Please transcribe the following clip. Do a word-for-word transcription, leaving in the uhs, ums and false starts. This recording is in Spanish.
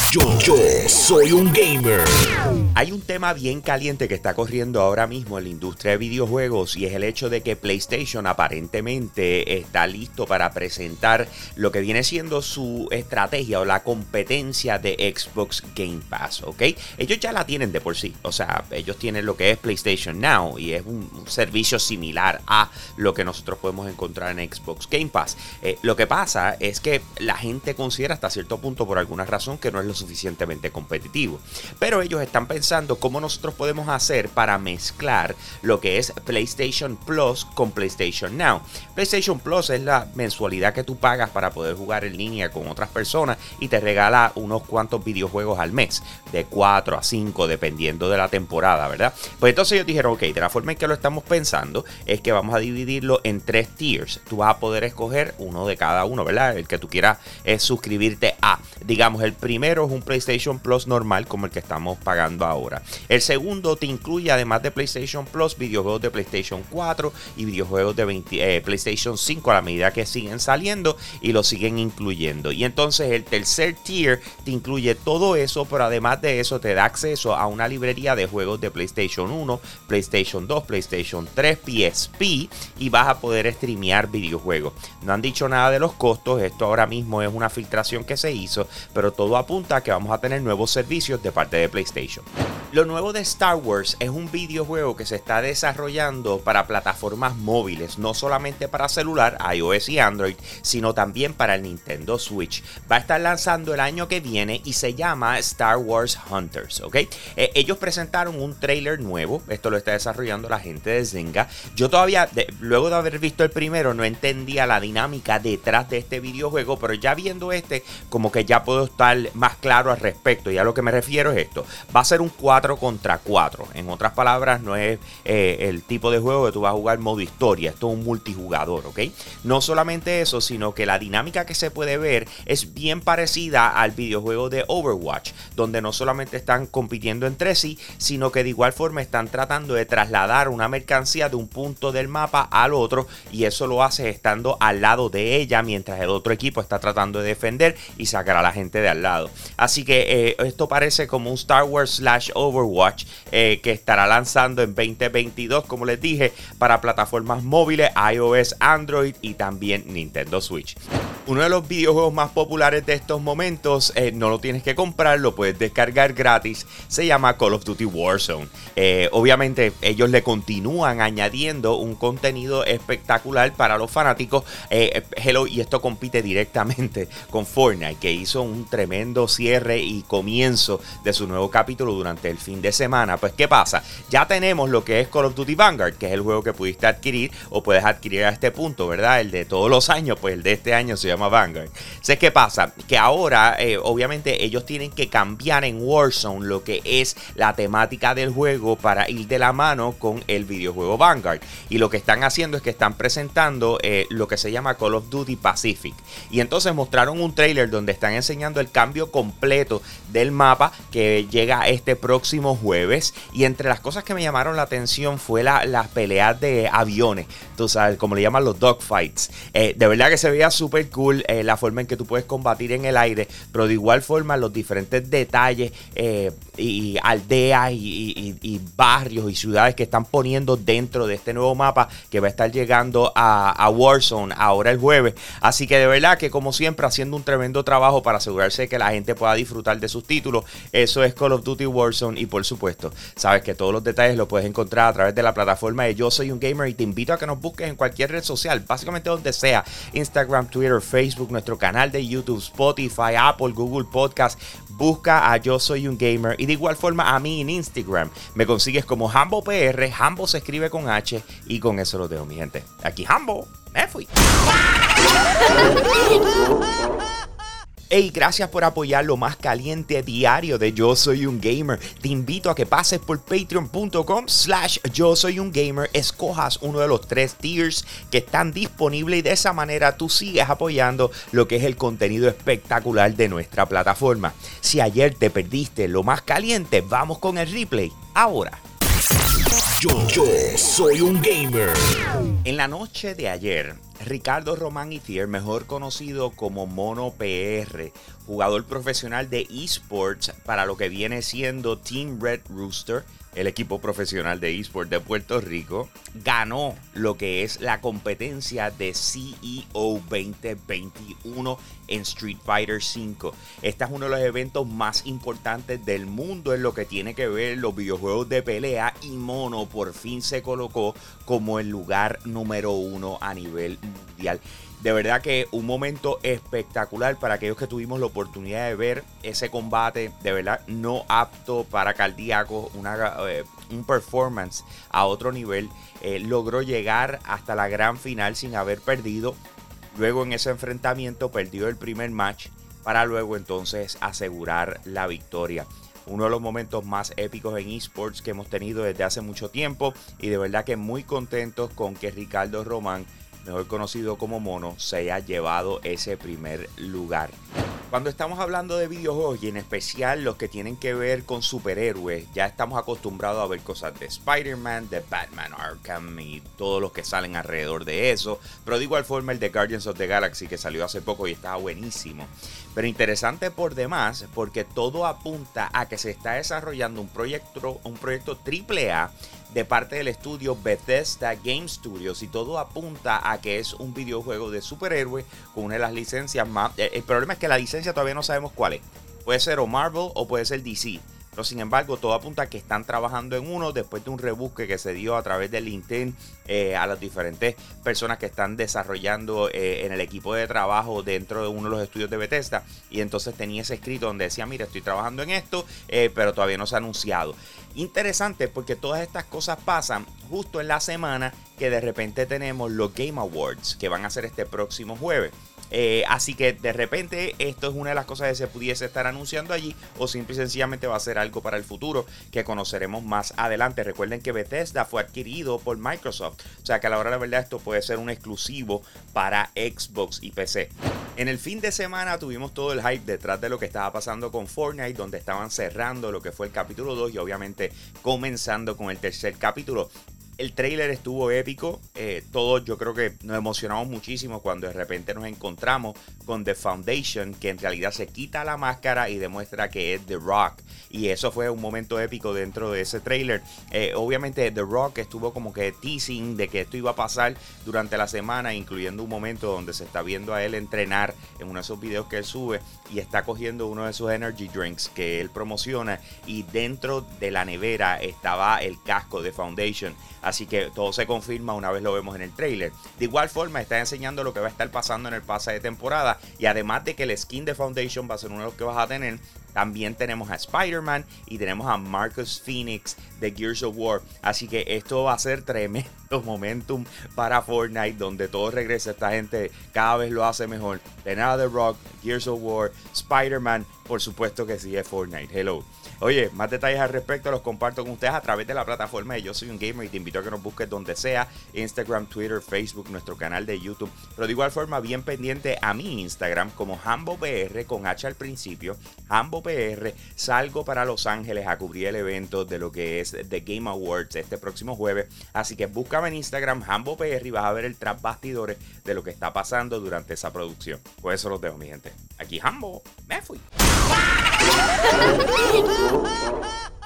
Yo, yo soy un gamer. Hay un tema bien caliente que está corriendo ahora mismo en la industria de videojuegos y es el hecho de que PlayStation aparentemente está listo para presentar lo que viene siendo su estrategia o la competencia de Xbox Game Pass, ¿ok? Ellos ya la tienen de por sí, o sea, ellos tienen lo que es PlayStation Now y es un, un servicio similar a lo que nosotros podemos encontrar en Xbox Game Pass. Eh, lo que pasa es que la gente considera hasta cierto punto por alguna razón que no es lo suficientemente competitivo, pero ellos están pensando cómo nosotros podemos hacer para mezclar lo que es PlayStation Plus con PlayStation Now. PlayStation Plus es la mensualidad que tú pagas para poder jugar en línea con otras personas y te regala unos cuantos videojuegos al mes, de cuatro a cinco dependiendo de la temporada, ¿verdad? Pues entonces ellos dijeron, ok, de la forma en que lo estamos pensando es que vamos a dividirlo en tres tiers. Tú vas a poder escoger uno de cada uno, ¿verdad? El que tú quieras es suscribirte a. Digamos, el primero es un PlayStation Plus normal como el que estamos pagando ahora. El segundo te incluye, además de PlayStation Plus, videojuegos de PlayStation cuatro y videojuegos de veinte, eh, PlayStation cinco a la medida que siguen saliendo y lo siguen incluyendo. Y entonces el tercer tier te incluye todo eso, pero además de eso te da acceso a una librería de juegos de PlayStation uno, PlayStation dos, PlayStation tres, P S P y vas a poder streamear videojuegos. No han dicho nada de los costos, esto ahora mismo es una filtración que se hizo, pero todo apunta a que vamos a tener nuevos servicios de parte de PlayStation. Lo nuevo de Star Wars es un videojuego que se está desarrollando para plataformas móviles, no solamente para celular, iOS y Android, sino también para el Nintendo Switch. Va a estar lanzando el año que viene y se llama Star Wars Hunters, ¿ok? Eh, ellos presentaron un trailer nuevo, esto lo está desarrollando la gente de Zynga. Yo todavía, de, luego de haber visto el primero, no entendía la dinámica detrás de este videojuego, pero ya viendo este, como que ya puedo estar más claro al respecto. Y a lo que me refiero es esto, va a ser un cuatro contra cuatro. En otras palabras, no es eh, el tipo de juego que tú vas a jugar modo historia, esto es un multijugador, ¿ok? No solamente eso, sino que la dinámica que se puede ver es bien parecida al videojuego de Overwatch, donde no solamente están compitiendo entre sí, sino que de igual forma están tratando de trasladar una mercancía de un punto del mapa al otro, y eso lo hace estando al lado de ella mientras el otro equipo está tratando de defender y sacar a la gente de al lado. Así que eh, esto parece como un Star Wars slash Overwatch eh, que estará lanzando en veinte veintidós, como les dije, para plataformas móviles, iOS, Android y también Nintendo Switch. Uno de los videojuegos más populares de estos momentos, eh, no lo tienes que comprar, lo puedes descargar gratis, se llama Call of Duty Warzone. Eh, obviamente ellos le continúan añadiendo un contenido espectacular para los fanáticos. Eh, hello, y esto compite directamente con Fortnite, que hizo un tremendo cierre y comienzo de su nuevo capítulo durante el fin de semana. Pues ¿qué pasa? Ya tenemos lo que es Call of Duty Vanguard, que es el juego que pudiste adquirir o puedes adquirir a este punto, ¿verdad? El de todos los años, pues el de este año se llama Vanguard. ¿Sé qué pasa? Que ahora eh, obviamente ellos tienen que cambiar en Warzone lo que es la temática del juego para ir de la mano con el videojuego Vanguard, y lo que están haciendo es que están presentando eh, lo que se llama Call of Duty Pacific, y entonces mostraron un trailer donde están enseñando el cambio completo del mapa que llega este próximo jueves, y entre las cosas que me llamaron la atención fue la, las peleas de aviones, tú sabes, como le llaman los dogfights. Eh, de verdad que se veía súper cool eh, la forma en que tú puedes combatir en el aire, pero de igual forma los diferentes detalles eh, y aldeas y, y, y barrios y ciudades que están poniendo dentro de este nuevo mapa que va a estar llegando a, a Warzone ahora el jueves. Así que de verdad que, como siempre, haciendo un tremendo trabajo para asegurarse de que la gente pueda disfrutar de sus títulos. Eso es Call of Duty Warzone, y por supuesto sabes que todos los detalles los puedes encontrar a través de la plataforma de Yo Soy Un Gamer, y te invito a que nos busques en cualquier red social, básicamente donde sea: Instagram, Twitter, Facebook, nuestro canal de YouTube, Spotify, Apple, Google Podcast. Busca a Yo Soy Un Gamer, y de igual forma a mí en Instagram me consigues como Hambo P R. Hambo se escribe con H, y con eso lo dejo, mi gente. Aquí Hambo, me fui. Hey, gracias por apoyar lo más caliente diario de Yo Soy Un Gamer. Te invito a que pases por patreon.com slash Yo Soy Un Gamer, escojas uno de los tres tiers que están disponibles, y de esa manera tú sigues apoyando lo que es el contenido espectacular de nuestra plataforma. Si ayer te perdiste lo más caliente, vamos con el replay ahora. Yo, yo soy un gamer. En la noche de ayer, Ricardo Román Ithier, mejor conocido como Mono P R, jugador profesional de eSports para lo que viene siendo Team Red Rooster, el equipo profesional de eSports de Puerto Rico, ganó lo que es la competencia de C E O veinte veintiuno en Street Fighter cinco. Este es uno de los eventos más importantes del mundo en lo que tiene que ver los videojuegos de pelea, y Mono por fin se colocó como el lugar número uno a nivel mundial. De verdad que un momento espectacular para aquellos que tuvimos la oportunidad de ver ese combate, de verdad no apto para cardíacos, una, eh, un performance a otro nivel. Eh, logró llegar hasta la gran final sin haber perdido. Luego en ese enfrentamiento perdió el primer match para luego entonces asegurar la victoria. Uno de los momentos más épicos en eSports que hemos tenido desde hace mucho tiempo, y de verdad que muy contentos con que Ricardo Román, mejor conocido como Mono, se haya llevado ese primer lugar. Cuando estamos hablando de videojuegos, y en especial los que tienen que ver con superhéroes, ya estamos acostumbrados a ver cosas de Spider-Man, de Batman Arkham y todos los que salen alrededor de eso, pero de igual forma el de Guardians of the Galaxy, que salió hace poco y estaba buenísimo. Pero interesante por demás, porque todo apunta a que se está desarrollando un proyecto, un proyecto triple A de parte del estudio Bethesda Game Studios, y todo apunta a que es un videojuego de superhéroes con una de las licencias más... El problema es que la licencia todavía no sabemos cuál es. Puede ser o Marvel o puede ser D C. Pero sin embargo, todo apunta a que están trabajando en uno después de un rebusque que se dio a través de LinkedIn eh, a las diferentes personas que están desarrollando eh, en el equipo de trabajo dentro de uno de los estudios de Bethesda. Y entonces tenía ese escrito donde decía, mira, estoy trabajando en esto, eh, pero todavía no se ha anunciado. Interesante porque todas estas cosas pasan justo en la semana que de repente tenemos los Game Awards, que van a ser este próximo jueves. Eh, así que de repente esto es una de las cosas que se pudiese estar anunciando allí, o simple y sencillamente va a ser algo para el futuro que conoceremos más adelante. Recuerden que Bethesda fue adquirido por Microsoft, o sea que a la hora de la verdad esto puede ser un exclusivo para Xbox y P C. En el fin de semana tuvimos todo el hype detrás de lo que estaba pasando con Fortnite, donde estaban cerrando lo que fue el capítulo dos y obviamente comenzando con el tercer capítulo. El trailer estuvo épico, eh, todos yo creo que nos emocionamos muchísimo cuando de repente nos encontramos con The Foundation, que en realidad se quita la máscara y demuestra que es The Rock. Y eso fue un momento épico dentro de ese trailer. Eh, obviamente The Rock estuvo como que teasing de que esto iba a pasar durante la semana, incluyendo un momento donde se está viendo a él entrenar en uno de esos videos que él sube y está cogiendo uno de esos energy drinks que él promociona, y dentro de la nevera estaba el casco de Foundation. Así que todo se confirma una vez lo vemos en el trailer. De igual forma está enseñando lo que va a estar pasando en el pase de temporada, y además de que el skin de Foundation va a ser uno de los que vas a tener, también tenemos a Spider-Man y tenemos a Marcus Phoenix de Gears of War. Así que esto va a ser tremendo momentum para Fortnite, donde todo regresa. Esta gente cada vez lo hace mejor. De nada, The Rock, Gears of War, Spider-Man, por supuesto que sí es Fortnite. Hello. Oye, más detalles al respecto los comparto con ustedes a través de la plataforma de Yo Soy Un Gamer, y te invito a que nos busques donde sea: Instagram, Twitter, Facebook, nuestro canal de YouTube. Pero de igual forma, bien pendiente a mi Instagram como HamboPR con H al principio, HamboPR. Salgo para Los Ángeles a cubrir el evento de lo que es The Game Awards este próximo jueves. Así que búscame en Instagram HamboPR y vas a ver el tras bastidores de lo que está pasando durante esa producción. Pues eso los dejo, mi gente. Aquí Hambo, me fui.